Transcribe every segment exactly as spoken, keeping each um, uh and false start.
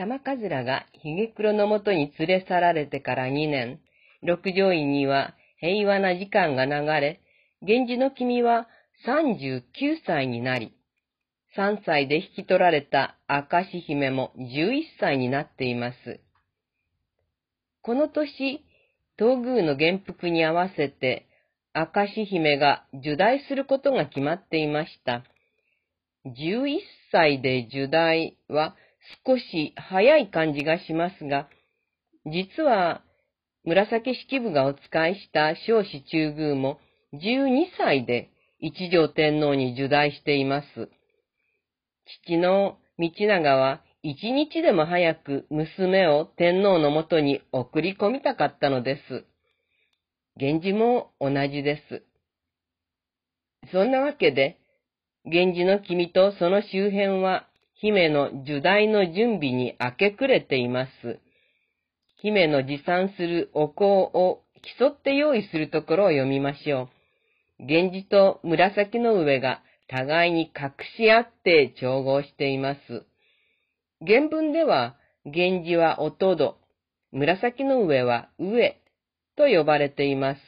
玉桂が髭黒のもとに連れ去られてからにねん、六条院には平和な時間が流れ、源氏の君はさんじゅうきゅうさいになり、さんさいで引き取られた明石姫もじゅういっさいになっています。この年、東宮の元服に合わせて、明石姫が入内することが決まっていました。じゅういっさいで入内は少し早い感じがしますが、実は紫式部がお使いした少子中宮もじゅうにさいで一条天皇に入内しています。父の道長は一日でも早く娘を天皇のもとに送り込みたかったのです。源氏も同じです。そんなわけで、源氏の君とその周辺は姫の入内の準備に明け暮れています。姫の持参するお香を競って用意するところを読みましょう。源氏と紫の上が互いに隠し合って調合しています。原文では、源氏はおとど、紫の上は上と呼ばれています。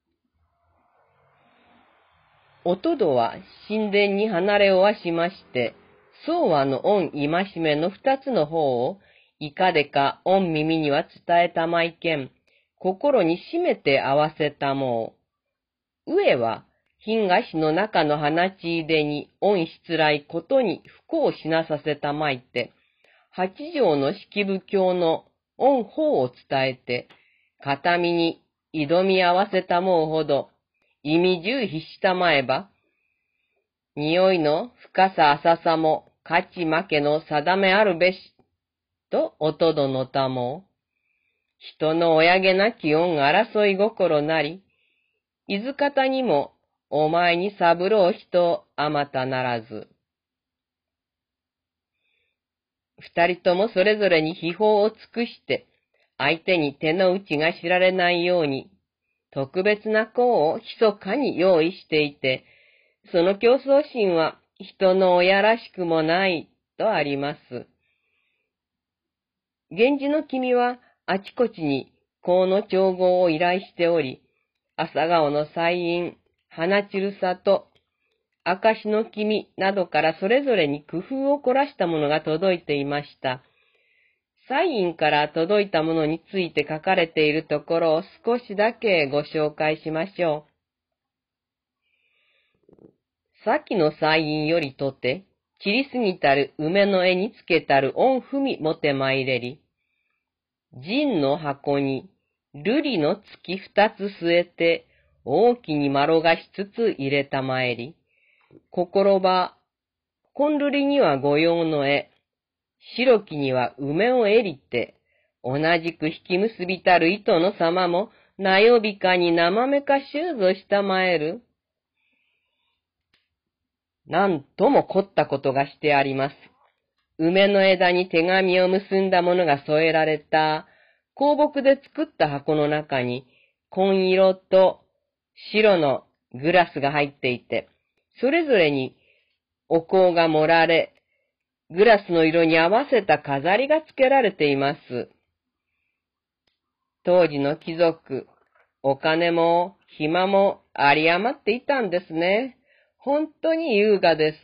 おとどは神殿に離れをわしまして、宗和の御戒めの二つの方を、いかでか御耳には伝えたまいけん、心に締めて合わせたもう。上は、品菓子の中の花ちいでに御しつらいことに不幸しなさせたまいて、八条の式部教の御法を伝えて、片身に挑み合わせたもうほど、意味重視したまえば、匂いの深さ浅さも勝ち負けの定めあるべし、とおとどのたもう。人の親げなき恩争い心なり、いずかたにもお前にさぶろう人あまたならず。二人ともそれぞれに秘宝を尽くして、相手に手の内が知られないように、特別な香を密かに用意していて、その競争心は人の親らしくもないとあります。源氏の君はあちこちに香の調合を依頼しており、朝顔の彩印、花散る里、明石の君などからそれぞれに工夫を凝らしたものが届いていました。彩印から届いたものについて書かれているところを少しだけご紹介しましょう。先の彩印よりとて、散りすぎたる梅の絵につけたる御文もてまいれり、銀の箱に瑠璃の月二つ据えて、大きにまろがしつつ入れたまえり、心ば、金瑠璃には御用の絵、白木には梅をえりて、同じく引き結びたる糸の様も、なよびかに生めかしゅうぞしたまえる。なんとも凝ったことがしてあります。梅の枝に手紙を結んだものが添えられた、香木で作った箱の中に、紺色と白のグラスが入っていて、それぞれにお香が盛られ、グラスの色に合わせた飾りが付けられています。当時の貴族、お金も暇も有り余っていたんですね。本当に優雅です。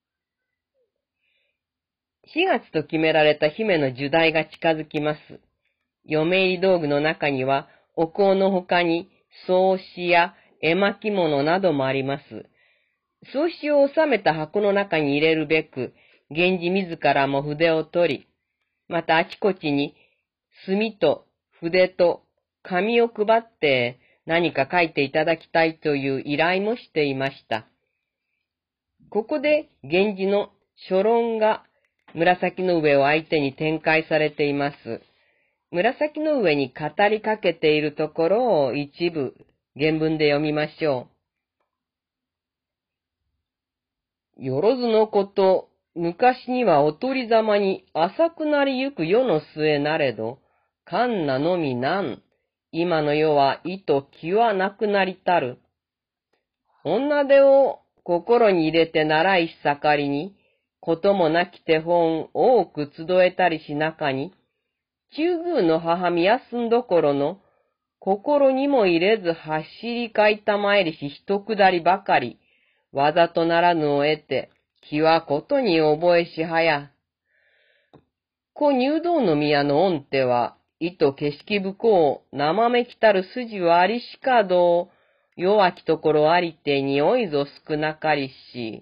しがつと決められた姫の入内が近づきます。嫁入り道具の中には、お香の他に、草子や絵巻物などもあります。草子を収めた箱の中に入れるべく、源氏自らも筆を取り、またあちこちに墨と筆と紙を配って何か書いていただきたいという依頼もしていました。ここで源氏の書論が紫の上を相手に展開されています。紫の上に語りかけているところを一部原文で読みましょう。よろずのこと、昔にはおとりざまに浅くなりゆく世の末なれど、カンナのみなん、今の世は意と気はなくなりたる。女手を心に入れて習いし盛りに、 こともなき手本多く集えたりし中に、中宮の母宮住どころの、心にも入れず走りかいたまえりし一下りばかり、わざとならぬを得て、気はことに覚えしはや。故入道の宮の恩手は、意図景色不幸、生めきたる筋はありしかどう、弱きところありてにおいぞ少なかりし。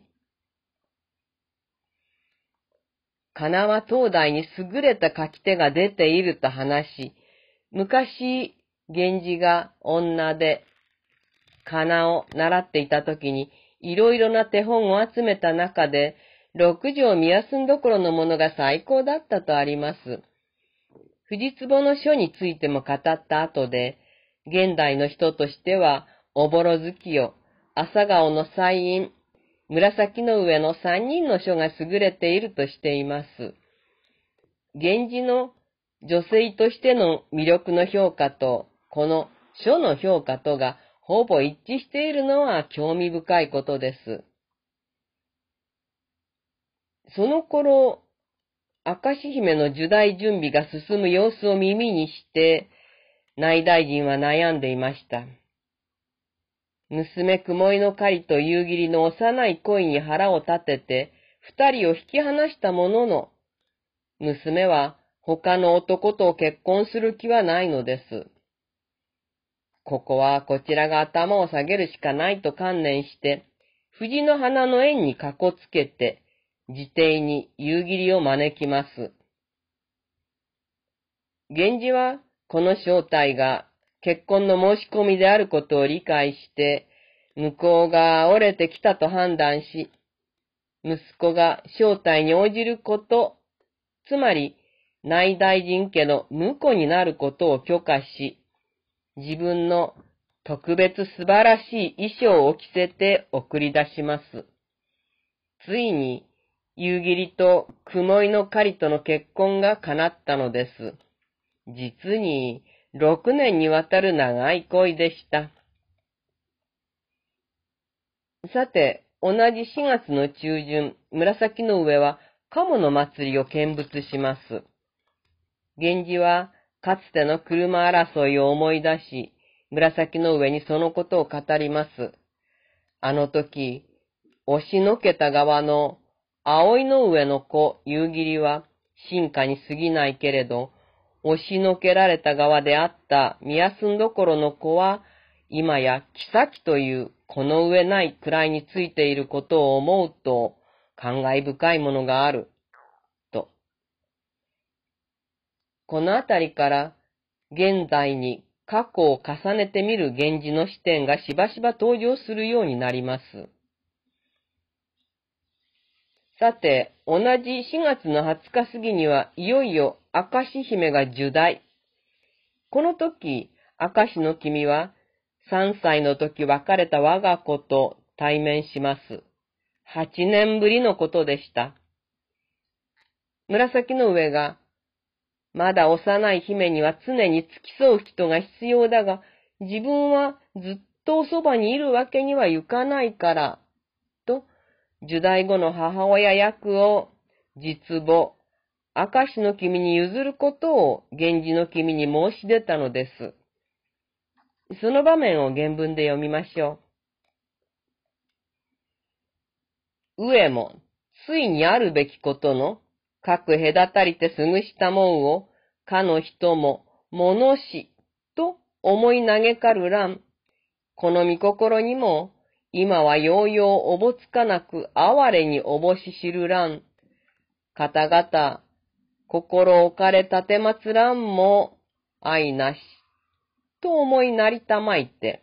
かなは東大に優れた書き手が出ていると話し、昔、源氏が女で、かなを習っていたときに、いろいろな手本を集めた中で、六条宮住どころのものが最高だったとあります。藤壺の書についても語った後で、現代の人としては、おぼろ月夜、朝顔の彩印、紫の上の三人の書が優れているとしています。源氏の女性としての魅力の評価と、この書の評価とがほぼ一致しているのは興味深いことです。その頃、明石姫の入内準備が進む様子を耳にして、内大臣は悩んでいました。娘雲井の狩りと夕霧の幼い恋に腹を立てて、二人を引き離したものの、娘は他の男と結婚する気はないのです。ここはこちらが頭を下げるしかないと観念して、藤の花の縁にかこつけて、自邸に夕霧を招きます。源氏はこの正体が結婚の申し込みであることを理解して、向こうが折れてきたと判断し、息子が正体に応じること、つまり内大臣家の婿になることを許可し、自分の特別素晴らしい衣装を着せて送り出します。ついに、夕霧と雲井の狩りとの結婚が叶ったのです。実に六年にわたる長い恋でした。さて、同じしがつの中旬、紫の上は鴨の祭りを見物します。源氏はかつての車争いを思い出し、紫の上にそのことを語ります。あの時、押しのけた側の葵の上の子、夕霧は、進化に過ぎないけれど、押しのけられた側であった宮住どころの子は、今や妃というこの上ない位についていることを思うと、感慨深いものがある、と。このあたりから、現在に過去を重ねてみる源氏の視点がしばしば登場するようになります。さて、同じしがつのはつか過ぎには、いよいよ明石姫が入内。この時、明石の君は、三歳の時別れた我が子と対面します。八年ぶりのことでした。紫の上が、まだ幼い姫には常に付き添う人が必要だが、自分はずっとおそばにいるわけにはいかないから、と、入内後の母親役を実母、明石の君に譲ることを源氏の君に申し出たのです。その場面を原文で読みましょう。上も、ついにあるべきことの、各隔たりてすぐしたもんを、かの人も、ものし、と思い嘆かるらん。この御心にも、今はようようおぼつかなく哀れにおぼし知るらん。方々、心置かれたてまつらんも、愛なし、と思いなりたまいて。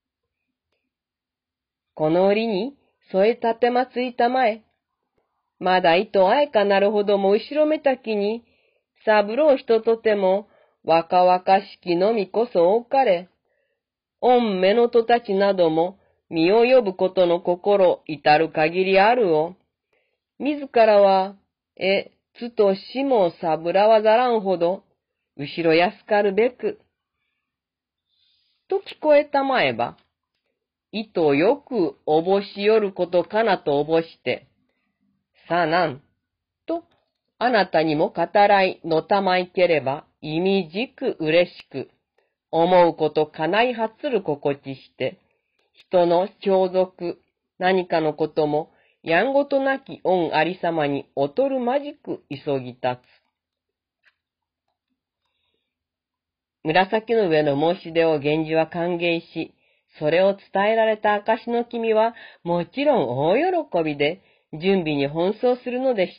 この折に、添えたてまついたまえ。まだ糸あえかなるほども後ろめたきに、三郎人とても、若々しきのみこそ多かれ。御目のとたちなども、身を呼ぶことの心至る限りあるを。自らは、え、つとしもさぶらわざらんほど、後ろやすかるべく。と聞こえたまえば、糸よくおぼしよることかなとおぼして、さあなん、 あなたにも語らいのたまいければ、意味じく嬉しく、思うことかないはつる心地して、人の長族、何かのことも、やんごとなき恩ありさまに劣るまじく急ぎ立つ。紫の上の申し出を源氏は歓迎し、それを伝えられた証の君は、もちろん大喜びで、準備に奔走するのでした。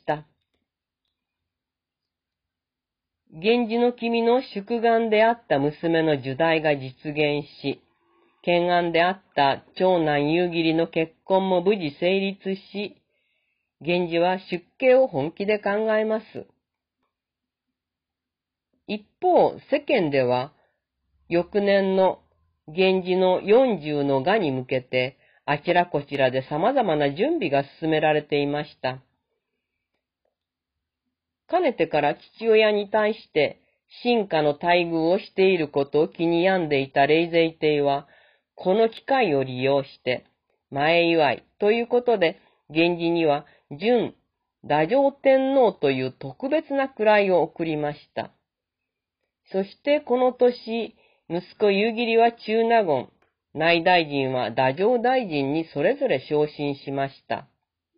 源氏の君の宿願であった娘の受代が実現し、懸案であった長男夕霧の結婚も無事成立し、源氏は出家を本気で考えます。一方、世間では、翌年の源氏のよんじゅうの賀に向けて、あちらこちらで様々な準備が進められていました。かねてから父親に対して進化の待遇をしていることを気に病んでいた冷泉帝は、この機会を利用して、前祝いということで、源氏には準太上天皇という特別な位を贈りました。そしてこの年、息子夕霧は中納言、内大臣は太上大臣にそれぞれ昇進しました。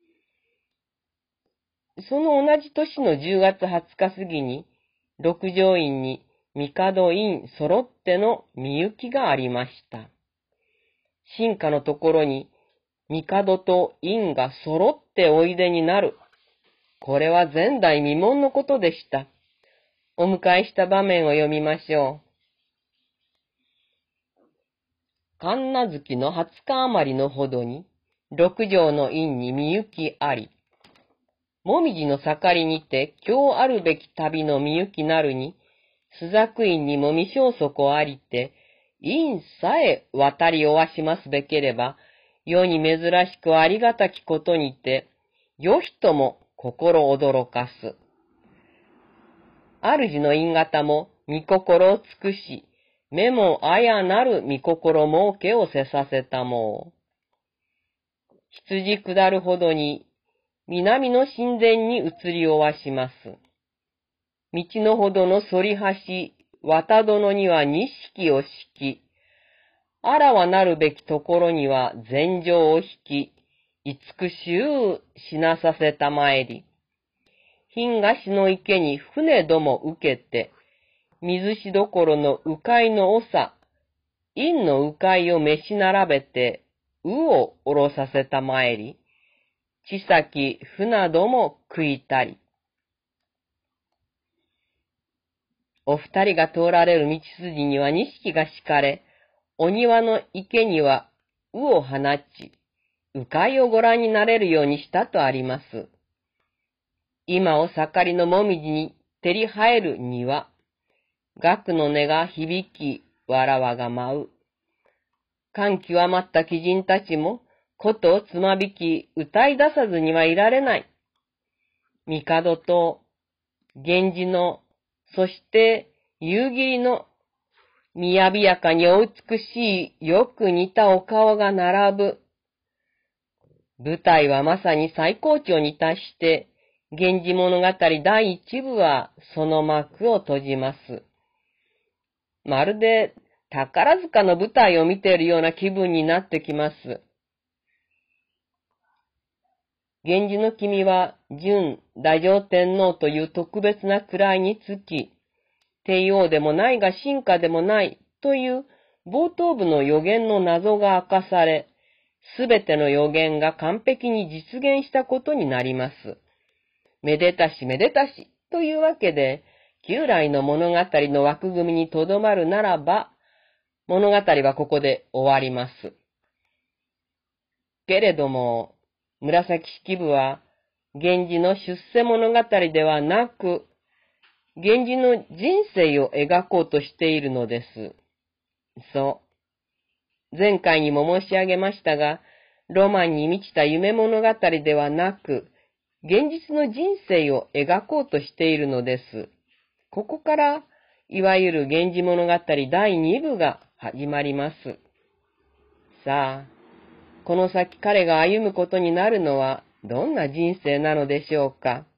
その同じ年のじゅうがつはつか過ぎに、六条院に帝院揃ってのみゆきがありました。臣下のところに帝と院が揃っておいでになる。これは前代未聞のことでした。お迎えした場面を読みましょう。神奈月のはつか余りのほどに、六条の院にみゆきあり、もみじの盛りにて、今日あるべき旅のみゆきなるに、朱雀院にも未消息ありて、院さえ渡りおわしますべければ、世に珍しくありがたきことにて、よひとも心驚かす。主の院方も御心を尽くし、目もあやなる御心儲けをせさせたもう。羊下るほどに、南の神殿に移りおわします。道のほどの反り橋、渡殿には錦を敷き、あらわなるべきところには禅城を引き、慈しゅうしなさせたまえり。品菓子の池に船ども受けて、水しどころの鵜飼の長、院の鵜飼を召し並べて、鵜を下ろさせたまえり。ちさき船ども食いたり。お二人が通られる道筋には錦が敷かれ、お庭の池には鵜を放ち、鵜飼をご覧になれるようにしたとあります。今を盛りのもみじに照り生える庭、楽の音が響き、わらわが舞う。感極まった貴人たちも、ことをつまびき、歌い出さずにはいられない。帝と、源氏の、そして夕霧の、みやびやかにお美しい、よく似たお顔が並ぶ。舞台はまさに最高潮に達して、源氏物語第一部はその幕を閉じます。まるで宝塚の舞台を見ているような気分になってきます。源氏の君は、準太上天皇という特別な位につき、帝王でもないが臣下でもないという冒頭部の予言の謎が明かされ、すべての予言が完璧に実現したことになります。めでたしめでたしというわけで、旧来の物語の枠組みにとどまるならば、物語はここで終わります。けれども、紫式部は、源氏の出世物語ではなく、源氏の人生を描こうとしているのです。そう。前回にも申し上げましたが、ロマンに満ちた夢物語ではなく、現実の人生を描こうとしているのです。ここから、いわゆる源氏物語だいに部が始まります。さあ、この先彼が歩むことになるのはどんな人生なのでしょうか。